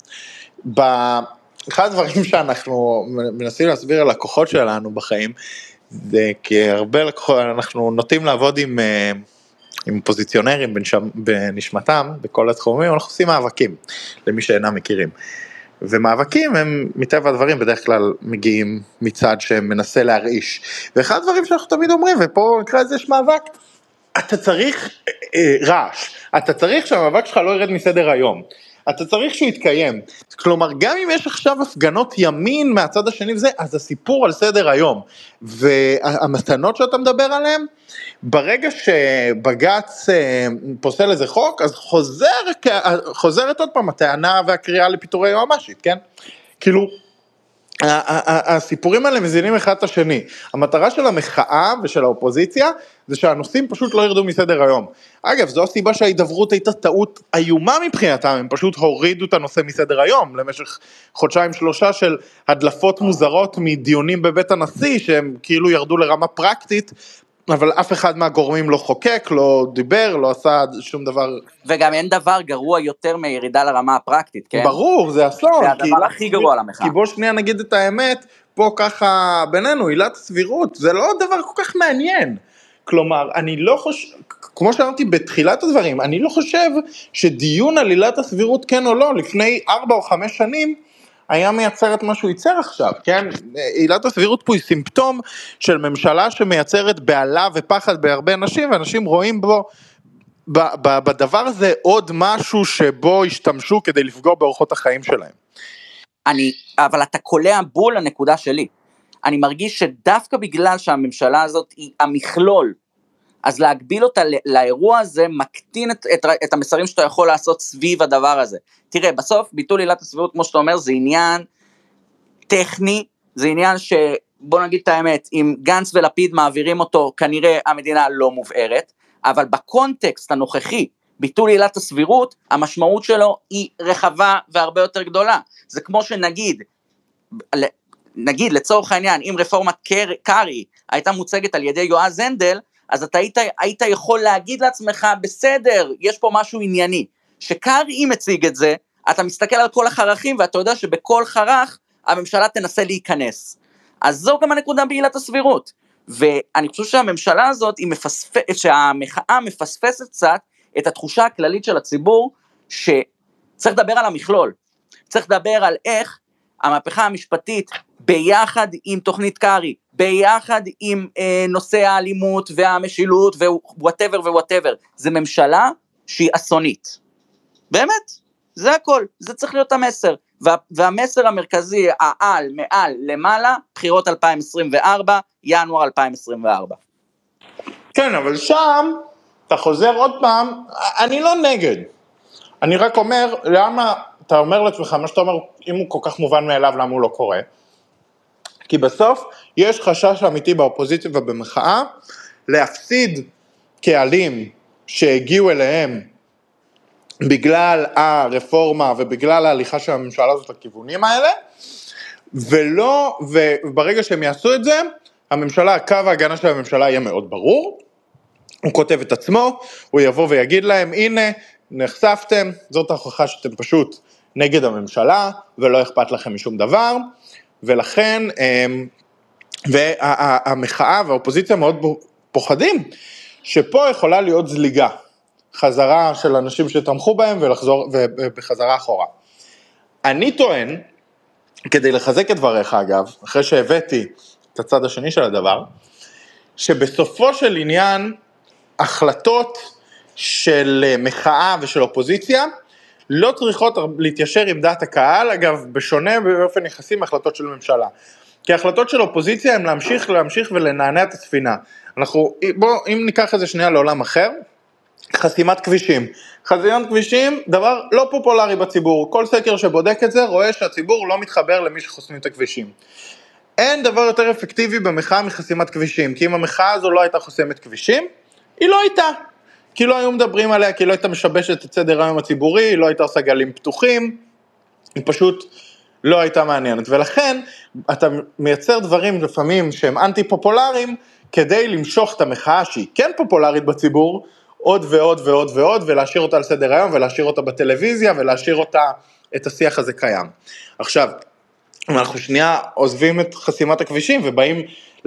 אחד הדברים שאנחנו מנסים להסביר על לקוחות שלנו בחיים, זה כי הרבה לקוחות, אנחנו נוטים לעבוד עם, עם פוזיציונרים בנשמתם, בכל התחומים, אנחנו עושים מאבקים, למי שאינם מכירים. ומאבקים הם מטבע הדברים בדרך כלל מגיעים מצד שמנסה להרעיש. ואחד הדברים שאנחנו תמיד אומרים, ופה נקרא לזה יש מאבק, אתה צריך אה, רעש, אתה צריך שהמאבק שלך לא ירד מסדר היום, אתה צריך שהוא יתקיים. כלומר, גם אם יש עכשיו הפגנות ימין מהצד השני וזה, אז הסיפור על סדר היום. והמתנות שאתה מדבר עליהן, ברגע שבג"ץ פוסל איזה חוק, אז חוזר, חוזרת עוד פעם הטענה והקריאה לפיטורי יועמ"שית, כן? כאילו, הסיפורים האלה מזינים אחד את השני. המטרה של המחאה ושל האופוזיציה, זה שהנושאים פשוט לא ירדו מסדר היום. אגב, זו הסיבה שההידברות הייתה טעות איומה מבחינתם, הם פשוט הורידו את הנושא מסדר היום, למשך חודשיים שלושה של הדלפות מוזרות מדיונים בבית הנשיא, שהם כאילו ירדו לרמה פרקטית, אבל אף אחד מהגורמים לא חוקק, לא דיבר, לא עשה שום דבר. וגם אין דבר גרוע יותר מירידה לרמה הפרקטית, כן? ברור, זה אסון. זה הדבר הכי גרוע למחאה. כי בוא שנייה נגיד את האמת, פה ככה בינינו, עילת הסבירות, זה לא דבר כל כך מעניין. כלומר, אני לא חושב, כמו שאמרתי בתחילת הדברים, אני לא חושב שדיון על עילת הסבירות כן או לא, לפני ארבע או חמש שנים, היה מייצר את מה שהוא ייצר עכשיו, כן? עילת הסבירות פה היא סימפטום של ממשלה שמייצרת בעלה ופחד בהרבה אנשים, ואנשים רואים בו, בדבר הזה עוד משהו שבו השתמשו כדי לפגוע באורחות החיים שלהם. אני, אבל אתה קולע בול לנקודה שלי. אני מרגיש שדווקא בגלל שהממשלה הזאת היא המכלול, אז להגביל אותה לאירוע הזה, מקטין את, את, את המסרים שאתה יכול לעשות סביב הדבר הזה. תראה, בסוף, ביטול עילת הסבירות, כמו שאתה אומר, זה עניין טכני, זה עניין שבוא נגיד את האמת, אם גנץ ולפיד מעבירים אותו, כנראה המדינה לא מובערת, אבל בקונטקסט הנוכחי, ביטול עילת הסבירות, המשמעות שלו היא רחבה והרבה יותר גדולה. זה כמו שנגיד, נגיד לצורך העניין, אם רפורמת קרי הייתה מוצגת על ידי יועז הנדל, אז אתה היית, היית יכול להגיד לעצמך, בסדר, יש פה משהו ענייני. שקרי מציג את זה, אתה מסתכל על כל החרכים, ואתה יודע שבכל חרך, הממשלה תנסה להיכנס. אז זו גם הנקודה בעילת הסבירות. ואני חושב שהממשלה הזאת, היא מפספ... שהמחאה מפספסת קצת, את התחושה הכללית של הציבור, שצריך לדבר על המכלול. צריך לדבר על איך המהפכה המשפטית, ביחד עם תוכנית קרי, ביחד עם אה, נושא האלימות והמשילות ווואטאבר ווואטאבר, זה ממשלה שהיא אסונית. באמת, זה הכל, זה צריך להיות המסר. וה, והמסר המרכזי, העל, מעל, למעלה, בחירות אלפיים עשרים וארבע, ינואר אלפיים עשרים וארבע. כן, אבל שם, אתה חוזר עוד פעם, אני לא נגד. אני רק אומר, למה, אתה אומר לעצמך, מה שאתה אומר, אם הוא כל כך מובן מאליו, למה הוא לא קורה? כי בסוף יש חשש אמיתי באופוזיציה ובמחאה, להפסיד קהלים שהגיעו אליהם, בגלל הרפורמה ובגלל ההליכה של הממשלה הזאת לכיוונים האלה, ולא, וברגע שהם יעשו את זה, הממשלה, קו ההגנה של הממשלה יהיה מאוד ברור, הוא כותב את עצמו, הוא יבוא ויגיד להם, הנה, נחשפתם, זאת ההוכחה שאתם פשוט נגד הממשלה, ולא אכפת לכם משום דבר, ולכן, והמחאה והאופוזיציה מאוד פוחדים, שפה יכולה להיות זליגה, חזרה של אנשים שתמכו בהם, ולחזור, ובחזרה אחורה. אני טוען, כדי לחזק את דבריך אגב, אחרי שהבאתי את הצד השני של הדבר, שבסופו של עניין, החלטות של מחאה ושל אופוזיציה, לא צריכות להתיישר עם דעת הקהל, אגב, בשונה באופן יחסי מהחלטות של ממשלה. כי ההחלטות של אופוזיציה הן להמשיך, להמשיך ולנענע את הספינה. אנחנו, בוא, אם ניקח איזה שנייה לעולם אחר, חסימת כבישים. חסימת כבישים, דבר לא פופולרי בציבור. כל סקר שבודק את זה, רואה שהציבור לא מתחבר למי שחוסמים את הכבישים. אין דבר יותר אפקטיבי במחאה מחסימת כבישים, כי אם המחאה הזו לא הייתה חוסמת כבישים, היא לא הייתה. כי לא היו מדברים עליה, כי לא הייתה משבשת את סדר היום הציבורי, היא לא הייתה עושה גלים פתוחים, היא פשוט לא הייתה מעניינת. ולכן, אתה מייצר דברים לפעמים שהם אנטי פופולריים, כדי למשוך את המחאה שהיא כן פופולרית בציבור, עוד ועוד ועוד ועוד, ולהשאיר אותה על סדר היום, ולהשאיר אותה בטלוויזיה, ולהשאיר אותה, את השיח הזה קיים. עכשיו, אנחנו שנייה עוזבים את חסימת הכבישים, ובאים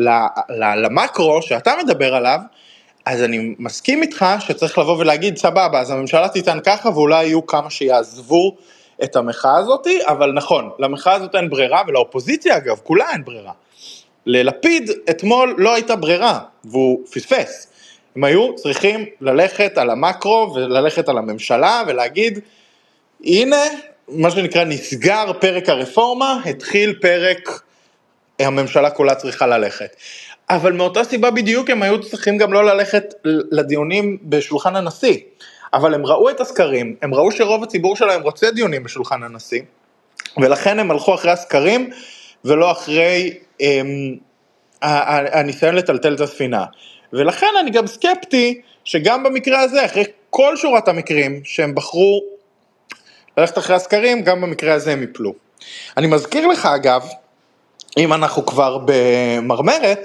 למקרו שאתה מדבר עליו, אז אני מסכים איתך שצריך לבוא ולהגיד, סבבה, אז הממשלה תיתן ככה, ואולי יהיו כמה שיעזבו את המחאה הזאת, אבל נכון, למחאה הזאת אין ברירה, ולאופוזיציה אגב, כולה אין ברירה. ללפיד אתמול לא הייתה ברירה, והוא פספס. הם היו צריכים ללכת על המקרו, וללכת על הממשלה, ולהגיד, הנה, מה שנקרא, נסגר פרק הרפורמה, התחיל פרק, הממשלה כולה צריכה ללכת. אבל מאותה סיבה בדיוק הם היו צריכים גם לא ללכת לדיונים בשולחן הנשיא, אבל הם ראו את הסקרים, הם ראו שרוב הציבור שלהם רוצה דיונים בשולחן הנשיא, ולכן הם הלכו אחרי הסקרים, ולא אחרי הם, הניסיון לטלטל את הספינה. ולכן אני גם סקפטי, שגם במקרה הזה, אחרי כל שורת המקרים, שהם בחרו ללכת אחרי הסקרים, גם במקרה הזה הם יפלו. אני מזכיר לך אגב, אם אנחנו כבר במרמרת,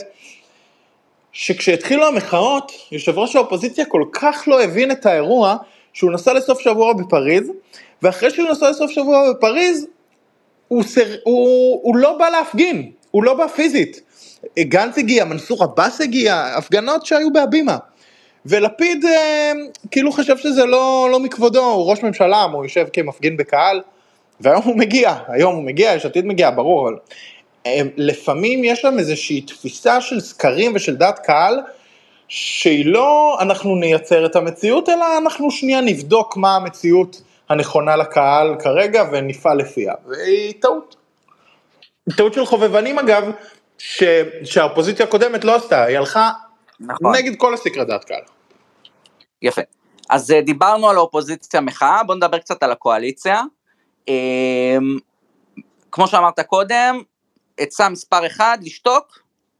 שכשהתחילו המחאות, יושב ראש האופוזיציה כל כך לא הבין את האירוע, שהוא נסע לסוף שבוע בפריז, ואחרי שהוא נסע לסוף שבוע בפריז, הוא, סר, הוא, הוא לא בא להפגין, הוא לא בא פיזית. גנץ הגיע, מנסור עבאס הגיע, הפגנות שהיו בהבימה. ולפיד כאילו חשב שזה לא, לא מכבודו, הוא ראש ממשלה, הוא יושב כמפגין בקהל, והיום הוא מגיע, היום הוא מגיע, יש עתיד מגיע, ברור, אבל לפעמים יש שם איזושהי תפיסה של סקרים ושל דעת קהל, שהיא לא אנחנו נייצר את המציאות, אלא אנחנו שנייה נבדוק מה המציאות הנכונה לקהל כרגע, ונפעל לפיה, והיא טעות. טעות של חובבנים אגב, ש... שהאופוזיציה הקודמת לא עשתה, היא הלכה נכון. נגד כל הסקרי דעת קהל. יפה. אז דיברנו על האופוזיציה מחאה, בואו נדבר קצת על הקואליציה. כמו שאמרת קודם, עצה מספר אחד, לשתוק?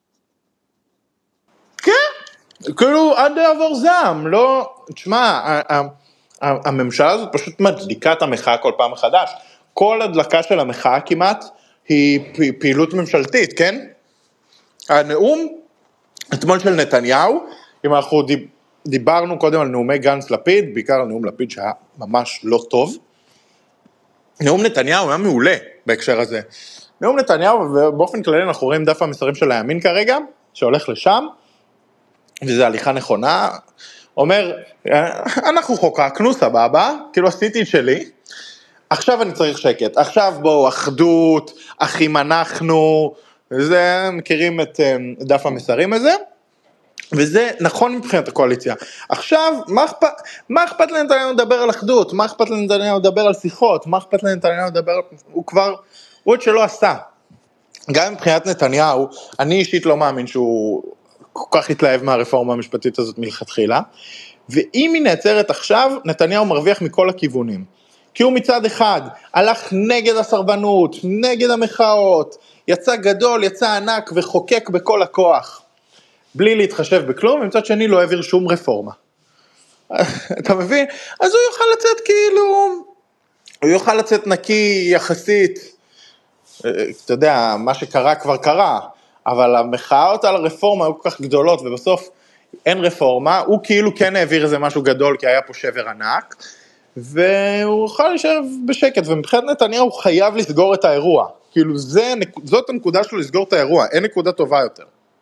כן, כאילו עד לעבור זעם, לא, תשמע, הממשלה הזאת פשוט מצדיקה את המחאה כל פעם מחדש, כל הדלקה של המחאה כמעט היא פעילות ממשלתית, כן? הנאום אתמול של נתניהו, אם אנחנו דיברנו קודם על נאומי גנץ לפיד, בעיקר על נאום לפיד שהיה ממש לא טוב, נאום נתניהו היה מעולה בהקשר הזה. נאום נתניהו, ובאופן כללי אנחנו רואים דף המסרים של הימין כרגע, שהולך לשם, וזו הליכה נכונה, אומר, אנחנו חוקקנו, סבבה, כאילו עשיתי את שלי, עכשיו אני צריך שקט, עכשיו בואו, אחדות, אחים אנחנו, וזה, מכירים את דף המסרים הזה, וזה נכון מבחינת הקואליציה. עכשיו, מה אכפת, מה אכפת לנתניהו לדבר על אחדות? מה אכפת לנתניהו לדבר על שיחות? מה אכפת לנתניהו לדבר, הוא כבר, הוא את שלא עשה. גם מבחינת נתניהו, אני אישית לא מאמין שהוא כל כך התלהב מהרפורמה המשפטית הזאת מלכתחילה, ואם היא נעצרת עכשיו, נתניהו מרוויח מכל הכיוונים. כי הוא מצד אחד הלך נגד הסרבנות, נגד המחאות, יצא גדול, יצא ענק וחוקק בכל הכוח, בלי להתחשב בכלום, ומצד שני לא העביר שום רפורמה. אתה מבין? אז הוא יוכל לצאת כאילו, הוא יוכל לצאת נקי יחסית, אתה יודע, מה שקרה כבר קרה, אבל המחאות על הרפורמה היו כל כך גדולות, ובסוף אין רפורמה, הוא כאילו כן העביר איזה משהו גדול, כי היה פה שבר ענק, והוא יכול להישאר בשקט, ומבחינת נתניהו הוא חייב לסגור את האירוע, כאילו זה, זאת הנקודה שלו לסגור את האירוע, אין נקודה טובה יותר.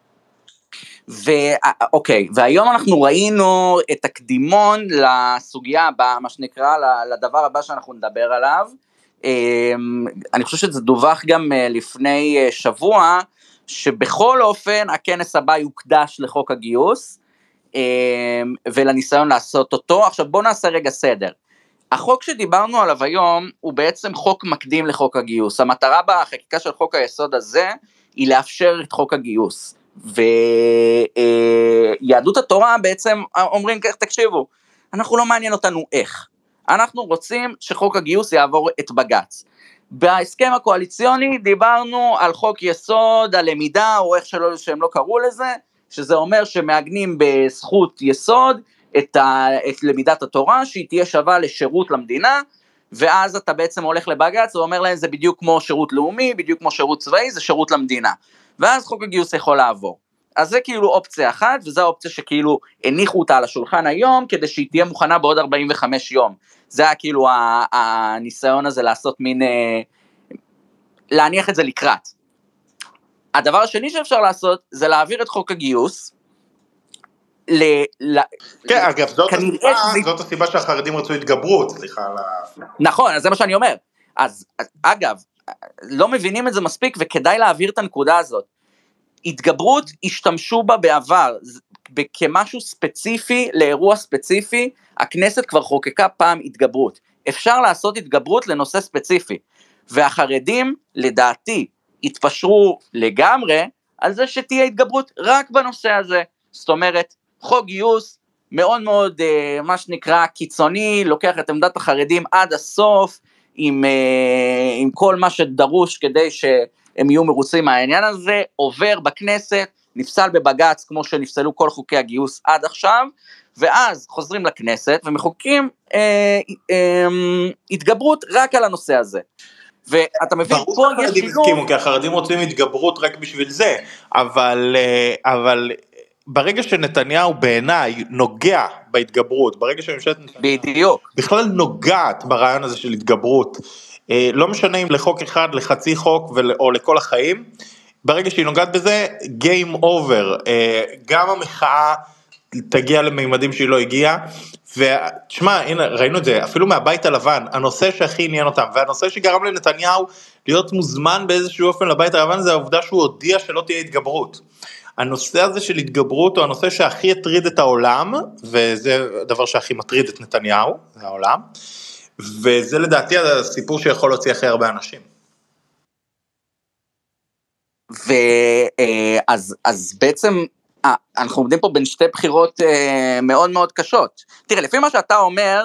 ואוקיי, והיום אנחנו ראינו את הקדימון לסוגיה הבאה, מה שנקרא, לדבר הבא שאנחנו נדבר עליו, אני חושב שזה דווח גם לפני שבוע, שבכל אופן הכנס הבא יוקדש לחוק הגיוס, ולניסיון לעשות אותו. עכשיו בואו נעשה רגע סדר. החוק שדיברנו עליו היום הוא בעצם חוק מקדים לחוק הגיוס, המטרה בחקיקה של חוק היסוד הזה היא לאפשר את חוק הגיוס, ויהדות התורה בעצם אומרים כך, תקשיבו, אנחנו לא מעניין אותנו איך, אנחנו רוצים שחוק הגיוס יעבור את בג"ץ. בהסכם הקואליציוני דיברנו על חוק יסוד, הלמידה, או איך שלא, שהם לא קראו לזה, שזה אומר שמעגנים בזכות יסוד את, ה, את למידת התורה, שהיא תהיה שווה לשירות למדינה, ואז אתה בעצם הולך לבג"ץ, ואומר להם זה בדיוק כמו שירות לאומי, בדיוק כמו שירות צבאי, זה שירות למדינה. ואז חוק הגיוס יכול לעבור. אז זה כאילו אופציה אחת, וזו האופציה שכאילו הניחו אותה על השולחן היום, כדי שהיא תהיה מוכנה בעוד ארבעים וחמישה יום. זה היה כאילו הניסיון הזה לעשות מין, להניח את זה לקראת. הדבר השני שאפשר לעשות, זה להעביר את חוק הגיוס, ל... כן, אגב, זאת הסיבה, זאת הסיבה שהחרדים רצו התגברות, סליחה. נכון, אז זה מה שאני אומר. אז אגב, לא מבינים את זה מספיק, וכדאי להעביר את הנקודה הזאת. התגברות, השתמשו בה בעבר, כמשהו ספציפי, לאירוע ספציפי, הכנסת כבר חוקקה פעם התגברות. אפשר לעשות התגברות לנושא ספציפי, והחרדים, לדעתי, התפשרו לגמרי, על זה שתהיה התגברות רק בנושא הזה. זאת אומרת, חוק גיוס, מאוד מאוד, מה שנקרא, קיצוני, לוקח את עמדת החרדים עד הסוף, עם, עם כל מה שדרוש כדי שהם יהיו מרוצים מהעניין הזה, עובר בכנסת, נפסל בבג"ץ כמו שנפסלו כל חוקי הגיוס עד עכשיו, ואז חוזרים לכנסת ומחוקקים אה, אה, התגברות רק על הנושא הזה. ואתה מבין, פה יש שילוב... כי החרדים רוצים התגברות רק בשביל זה, אבל, אבל ברגע שנתניהו בעיניי נוגע בהתגברות, ברגע שממשלת נתניהו בדיוק. בכלל נוגעת ברעיון הזה של התגברות, לא משנה אם לחוק אחד, לחצי חוק או לכל החיים, ברגע שהיא נוגעת בזה, game over, גם המחאה תגיע למימדים שהיא לא הגיעה, ותשמע, הנה, ראינו את זה, אפילו מהבית הלבן, הנושא שהכי עניין אותם, והנושא שגרם לנתניהו להיות מוזמן באיזשהו אופן לבית הלבן, זה העובדה שהוא הודיע שלא תהיה התגברות. הנושא הזה של התגברות הוא הנושא שהכי הטריד את העולם, וזה הדבר שהכי מטריד את נתניהו, זה העולם, וזה לדעתי הסיפור שיכול להוציא הכי הרבה אנשים. ואז אז בעצם, אנחנו עומדים פה בין שתי בחירות מאוד מאוד קשות. תראה, לפי מה שאתה אומר,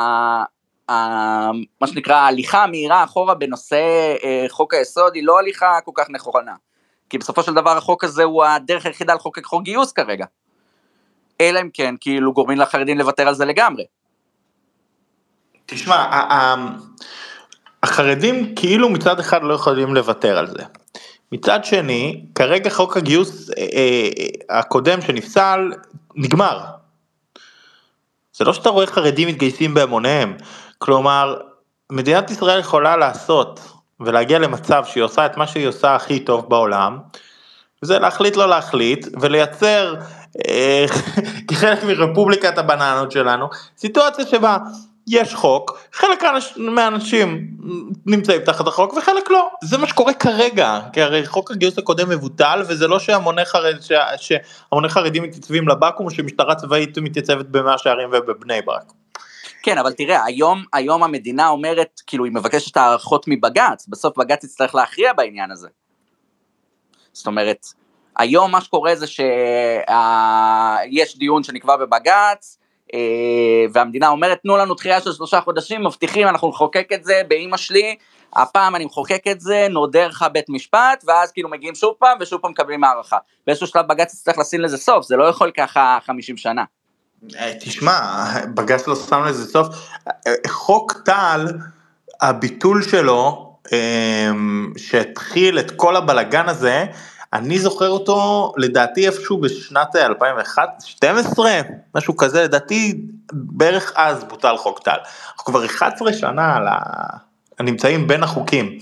מה שנקרא, ההליכה המהירה אחורה בנושא חוק היסוד, היא לא הליכה כל כך נכונה. כי בסופו של דבר החוק הזה הוא הדרך היחידה לחוקק חוק גיוס כרגע. אלא אם כן, כאילו גורמים לחרדים לוותר על זה לגמרי. תשמע, החרדים כאילו מצד אחד לא יכולים לוותר על זה. מצד שני, כרגע חוק הגיוס הקודם שנפסל נגמר. זה לא שאתה רואה חרדים מתגייסים בהמוניהם. כלומר, מדינת ישראל יכולה לעשות ולהגיע למצב שהיא עושה את מה שהיא עושה הכי טוב בעולם, וזה להחליט לא להחליט, ולייצר כחלק מרפובליקת הבננות שלנו, סיטואציה שבה יש חוק, חלק מהאנשים נמצאים תחת החוק וחלק לא, זה מה שקורה כרגע, כי הרי חוק הגיוס הקודם מבוטל, וזה לא שהמוני חרד, שהמוני חרדים מתייצבים לבקו"ם, שמשטרה צבאית מתייצבת במאה שערים ובבני ברק. כן, אבל תראה, היום, היום המדינה אומרת, כאילו היא מבקשת הערכות מבג"ץ, בסוף בג"ץ יצטרך להכריע בעניין הזה. זאת אומרת, היום מה שקורה זה שיש דיון שנקבע בבג"ץ, והמדינה אומרת, תנו לנו דחייה של שלושה חודשים, מבטיחים, אנחנו נחוקק את זה, באמא שלי, הפעם אני מחוקק את זה, נודר לך בית משפט, ואז כאילו מגיעים שוב פעם, ושוב פעם מקבלים הערכה. באיזשהו שלב בג"ץ יצטרך לשים לזה סוף, זה לא יכול ככה חמישים שנה. תשמע, בג"ץ לא שם לזה סוף, חוק טל, הביטול שלו, שהתחיל את כל הבלגן הזה, אני זוכר אותו לדעתי איפשהו בשנת אלפיים ושתים עשרה, משהו כזה, לדעתי בערך אז בוטל חוק טל. אנחנו כבר אחת עשרה שנה על הנמצאים בין החוקים.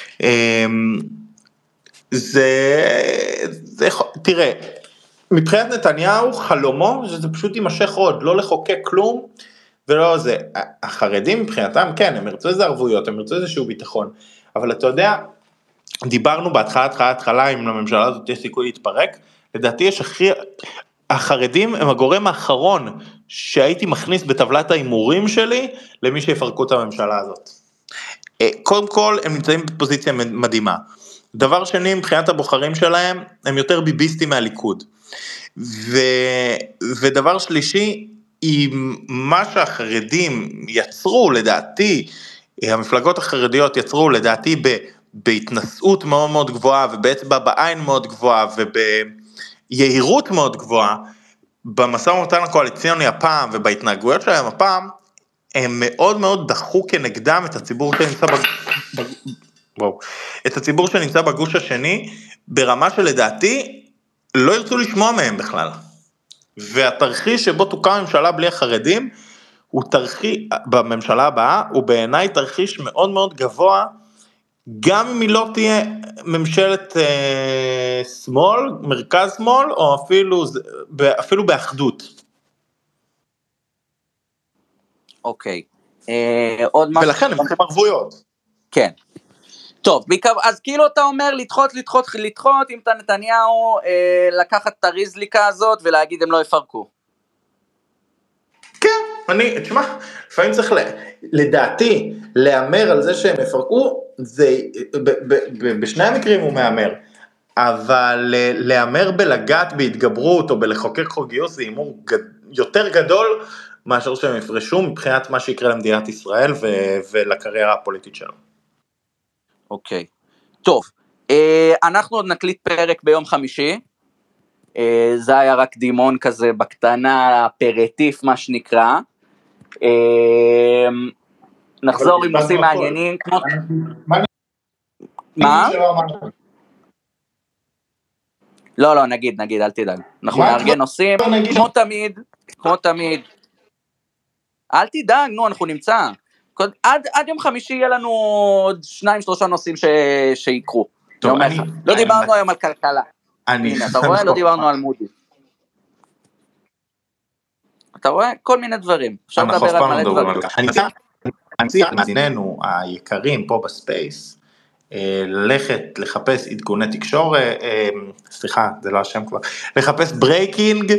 זה, זה, תראה, מבחינת נתניהו חלומו שזה פשוט יימשך עוד, לא לחוקק כלום, ולא זה, החרדים מבחינתם כן, הם ירצו איזה ערבויות, הם ירצו איזשהו ביטחון, אבל אתה יודע, דיברנו בהתחלה, התחלה, התחלה, אם לממשלה הזאת יש סיכוי להתפרק, לדעתי יש הכי, החרדים הם הגורם האחרון שהייתי מכניס בטבלת האימורים שלי, למי שיפרקו את הממשלה הזאת. קודם כל, הם נמצאים בפוזיציה מדהימה. דבר שני, מבחינת הבוחרים שלהם, הם יותר ביביסטים מהליכוד. ו, ודבר שלישי, עם מה שהחרדים יצרו, לדעתי, המפלגות החרדיות יצרו, לדעתי, ב... בהתנסות מאוד מאוד גבוהה, ובאצבע בעין מאוד גבוהה, וביהירות מאוד גבוהה, במשא ומתן הקואליציוני הפעם, ובהתנהגויות שלהם הפעם, הם מאוד מאוד דחו כנגדם את הציבור שנמצא בג... וואו. את הציבור שנמצא בגוש השני, ברמה שלדעתי, לא ירצו לשמוע מהם בכלל. והתרחיש שבו תוקם ממשלה בלי החרדים, הוא תרחיש, בממשלה הבאה, הוא בעיניי תרחיש מאוד מאוד גבוה, גם אם היא לא תהיה ממשלת אה, שמאל, מרכז שמאל, או אפילו, אפילו באחדות. אוקיי. אה, עוד משהו... ולכן הם צריכים ערבויות. כן. טוב, אז כאילו אתה אומר לדחות, לדחות, לדחות, אם אתה נתניהו אה, לקחת את הריזליקה הזאת ולהגיד הם לא יפרקו. כן, אני, תשמע, לפעמים צריך, לדעתי, להאמר על זה שהם יפרקו, זה, ב, ב, ב, בשני המקרים הוא מאמר, אבל להאמר בלגעת בהתגברות או בלחוקק חוק גיוס זה אימור גד, יותר גדול מאשר שהם יפרשו מבחינת מה שיקרה למדינת ישראל ו, ולקריירה הפוליטית שלו. אוקיי, טוב, אנחנו עוד נקליט פרק ביום חמישי, זה היה רק דימון כזה בקטנה, פרטיף מה שנקרא, נחזור עם נושאים מעניינים, כמו... מה? לא, לא, נגיד, נגיד, אל תדאג, אנחנו נארגן נושאים, כמו תמיד, כמו תמיד, אל תדאג, נו, אנחנו נמצא, עד, עד יום חמישי יהיה לנו עוד שניים, שלושה נושאים ש... שיקרו, טוב, אני, לא אני דיברנו אני... היום על כלכלה, אני... הנה, אתה רואה, לא דיברנו על מודי, אתה רואה, כל מיני דברים, אפשר לדבר על מלא דברים, אני מציע מאזיננו היקרים פה בספייס, ללכת לחפש עדכוני תקשורת, סליחה, זה לא השם כבר, לחפש ברייקינג,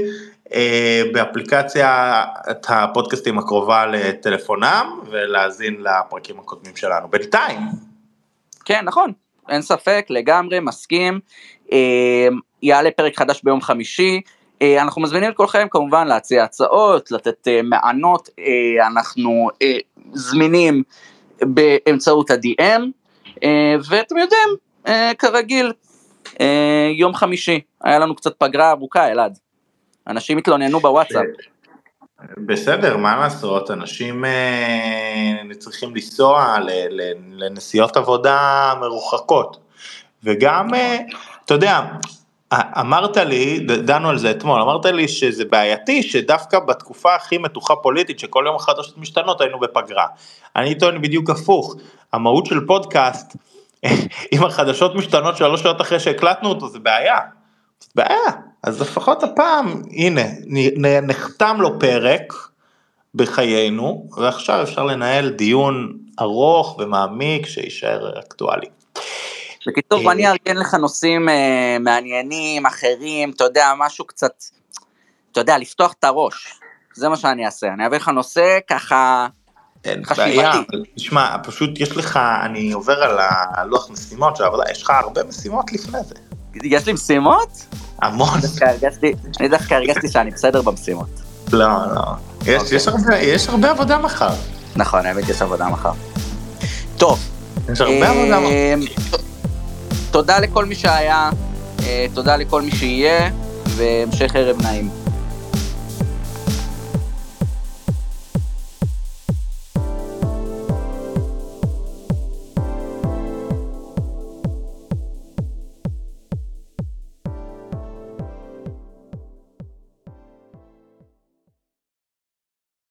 באפליקציית הפודקאסטים הקרובה לטלפונם, ולהזין לפרקים הקודמים שלנו. בינתיים. כן, נכון. אין ספק, לגמרי, מסכים, יעלה פרק חדש ביום חמישי, אנחנו מזמינים את כולכם כמובן להציע הצעות, לתת מענות, אנחנו זמינים באמצעות ה-די אם, ואתם יודעים, כרגיל, יום חמישי, היה לנו קצת פגרה ארוכה, אלעד, אנשים התלוננו בוואטסאפ. בסדר, מה לעשות, אנשים צריכים לנסוע לנסיעות עבודה מרוחקות, וגם, אתה יודע, אמרת לי, דנו על זה אתמול, אמרת לי שזה בעייתי, שדווקא בתקופה הכי מתוחה פוליטית, שכל יום החדשות משתנות, היינו בפגרה. אני טוען בדיוק הפוך, המהות של פודקאסט, אם החדשות משתנות שלוש שעות אחרי שהקלטנו אותו, זה בעיה. זה בעיה. אז לפחות הפעם, הנה, נחתם לו פרק בחיינו, ועכשיו אפשר לנהל דיון ארוך ומעמיק, שישאר אקטואלי. בקיצור, ואני ארגן לך נושאים מעניינים, אחרים, אתה יודע, משהו קצת, אתה יודע, לפתוח את הראש. זה מה שאני אעשה. אני אעביר לך נושא ככה חשיבתי. תשמע, פשוט יש לך, אני עובר על הלוח משימות של העבודה, יש לך הרבה משימות לפני זה. יש לי משימות? המון. אני דווקא הרגשתי שאני בסדר במשימות. לא, לא. יש הרבה עבודה מחר. נכון, האמת יש עבודה מחר. טוב. יש הרבה עבודה מחר. תודה לכל מי שהיה, תודה לכל מי שיהיה, והמשך ערב נעים.